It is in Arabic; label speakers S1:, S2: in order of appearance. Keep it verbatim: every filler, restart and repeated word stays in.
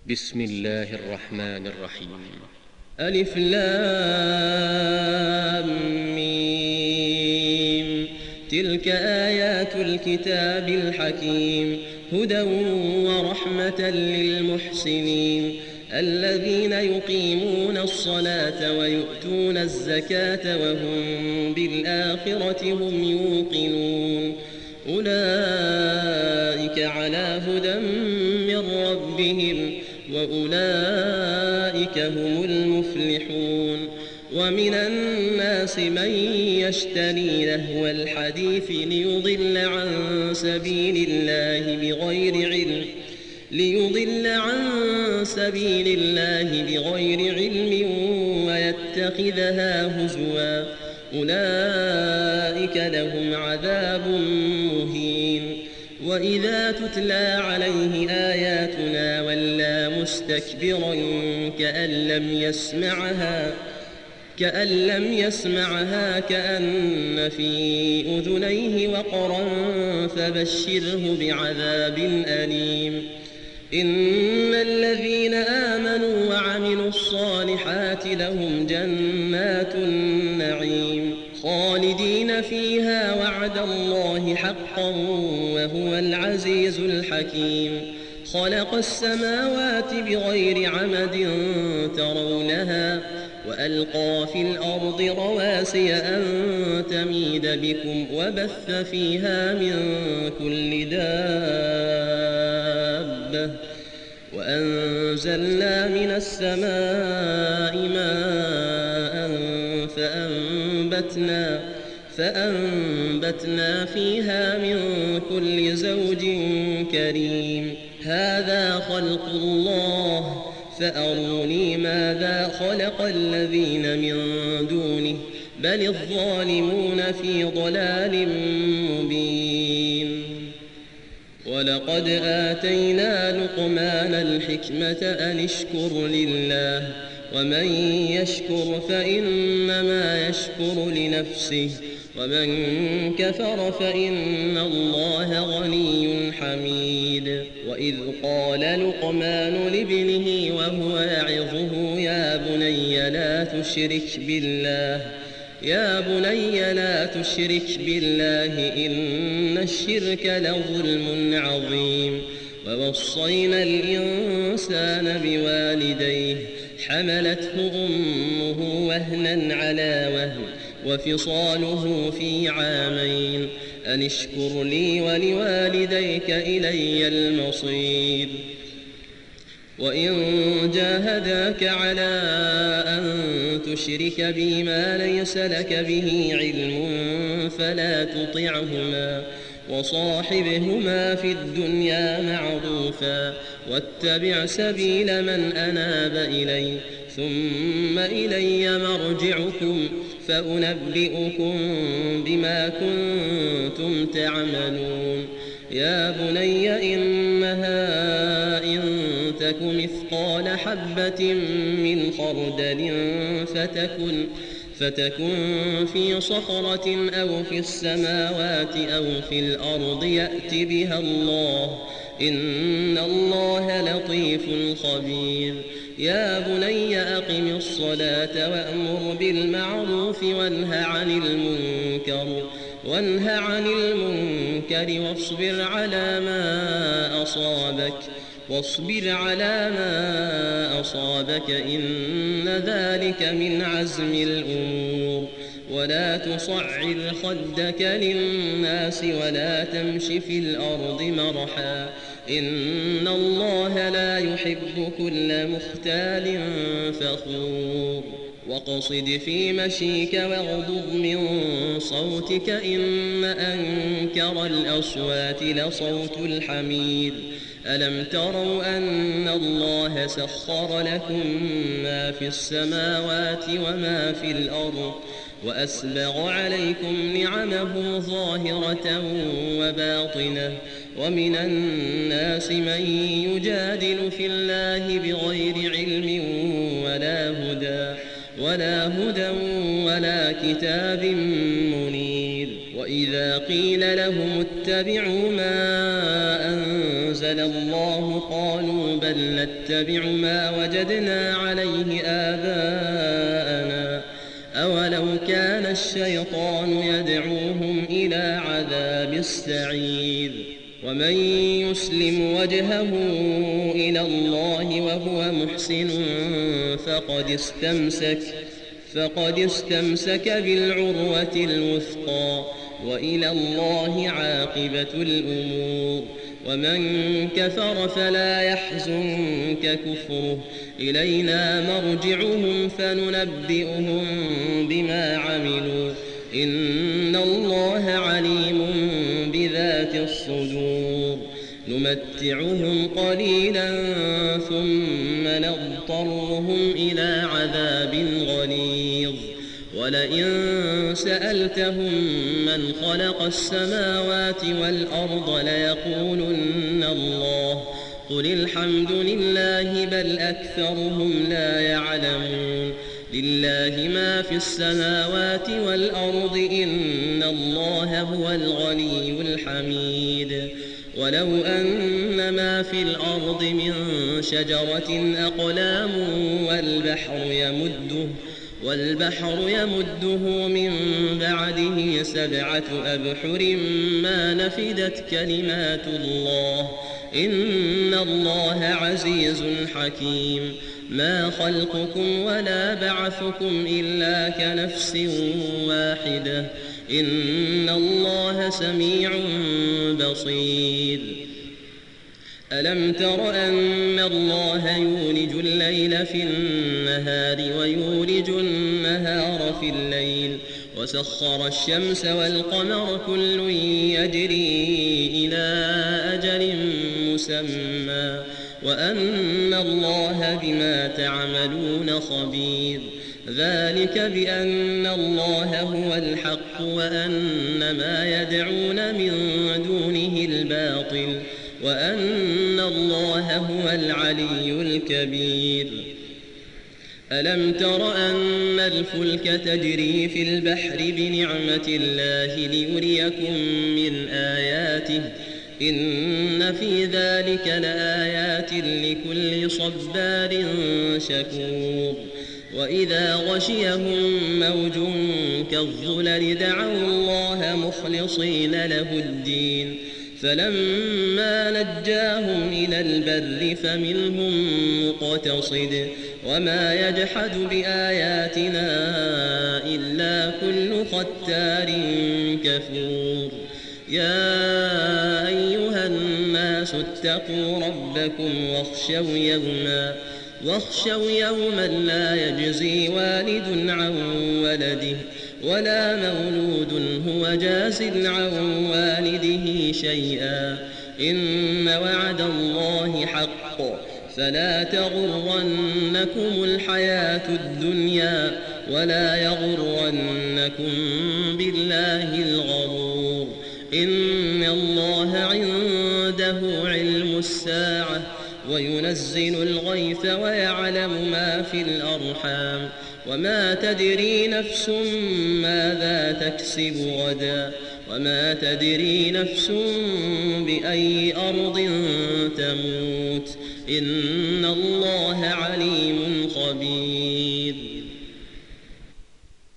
S1: بسم الله الرحمن الرحيم.
S2: ألف لام ميم. تلك آيات الكتاب الحكيم، هدى ورحمة للمحسنين الذين يقيمون الصلاة ويؤتون الزكاة وهم بالآخرة هم يوقنون. أولئك على هدى من ربهم وأولئك هم المفلحون. ومن الناس من يشتري لهو الحديث ليضل عن سبيل الله بغير علم ليضل عن سبيل الله بغير علم ويتخذها هزوا. أولئك لهم عذاب مهين. وإذا تتلى عليه آياتنا ولى مستكبرا كأن لم يسمعها كأن لم يسمعها كأن في أذنيه وقرا فبشره بعذاب أليم. إن الذين آمنوا وعملوا الصالحات لهم جنات النعيم خالدين فيها وعد الله حقا وهو العزيز الحكيم. خلق السماوات بغير عمد ترونها وألقى في الأرض رواسي أن تميد بكم وبث فيها من كل دابة وأنزلنا من السماء ماء فأنبتنا, فأنبتنا فيها من كل زوج كريم. هذا خلق الله فأروني ماذا خلق الذين من دونه بل الظالمون في ضلال مبين. ولقد آتينا لقمان الحكمة أن اشكر لله ومن يشكر فإنما يشكر لنفسه ومن كفر فإن الله غني حميد. وإذ قال لقمان لابنه وهو يعظه يا بني لا تشرك بالله يا بني لا تشرك بالله إن الشرك لظلم عظيم. ووصينا الإنسان بوالديه حملته أمه وهنا على وهن وفصاله في عامين أن اشكر لي ولوالديك إلي المصير. وإن جاهداك على أن تشرك بي ما ليس لك به علم فلا تطعهما وصاحبهما في الدنيا معروفا واتبع سبيل من أناب إلي ثم إلي مرجعكم فأنبئكم بما كنتم تعملون. يا بني إنها إن تك مثقال حبة من خردل فتكن فتكن في صخرة أو في السماوات أو في الأرض يأت بها الله إن الله لطيف خبير. يا بني أقم الصلاة وأمر بالمعروف وانه عن المنكر وانه عن المنكر واصبر على ما أصابك واصبر على ما أصابك إن ذلك من عزم الأمور. ولا تصعر خدك للناس ولا تمش في الأرض مرحا إن الله لا يحب كل مختال فخور. واقصد في مشيك واغضض من صوتك إن أنكر الأصوات لصوت الحمير. ألم تروا أن الله سخر لكم ما في السماوات وما في الأرض وأسبغ عليكم نعمه ظاهرة وباطنة ومن الناس من يجادل في الله بغير علم ولا هدى ولا هدى ولا كتاب منير. وإذا قيل لهم اتبعوا ما أنزل أنزل الله قالوا بل نتبع ما وجدنا عليه آباءنا أولو كان الشيطان يدعوهم إلى عذاب السعير ومن يسلم وجهه إلى الله وهو محسن فقد استمسك فقد استمسك بالعروة الوثقى وإلى الله عاقبة الأمور ومن كفر فلا يحزنك كفره إلينا مرجعهم فننبئهم بما عملوا إن الله عليم بذات الصدور نمتعهم قليلا ثم نضطرهم إلى عذاب غليظ ولئن سألتهم من خلق السماوات والأرض ليقولن الله قل الحمد لله بل أكثرهم لا يعلمون لله ما في السماوات والأرض إن الله هو الغني الحميد ولو أن ما في الأرض من شجرة أقلام والبحر يمده والبحر يمده من بعده سبعة أبحر ما نفدت كلمات الله إن الله عزيز حكيم ما خلقكم ولا بعثكم إلا كنفس واحدة إن الله سميع بصير ألم تر أن الله يولج الليل في النهار ويولج النهار في الليل وسخر الشمس والقمر كل يجري إلى أجل مسمى وأن الله بما تعملون خبير ذلك بأن الله هو الحق وأن ما يدعون من دونه الباطل وأن الله هو العلي الكبير ألم تر أن الفلك تجري في البحر بنعمة الله ليريكم من آياته إن في ذلك لآيات لكل صبار شكور وإذا غشيهم موج كالظلل دعوا الله مخلصين له الدين فلما نجاهم إلى البر فمنهم مقتصد وما يجحد بآياتنا إلا كل ختار كفور يا أيها الناس اتقوا ربكم واخشوا يوما واخشوا يوما لا يجزي والد عن ولده ولا مولود هو جاز عن والده شيئا إن وعد الله حق فلا تغرنكم الحياة الدنيا ولا يغرنكم بالله الغرور إن الله عنده علم الساعة وينزل الغيث ويعلم ما في الأرحام وما تدري نفس ماذا تكسب غدا وما تدري نفس بأي أرض تموت إن الله عليم خبير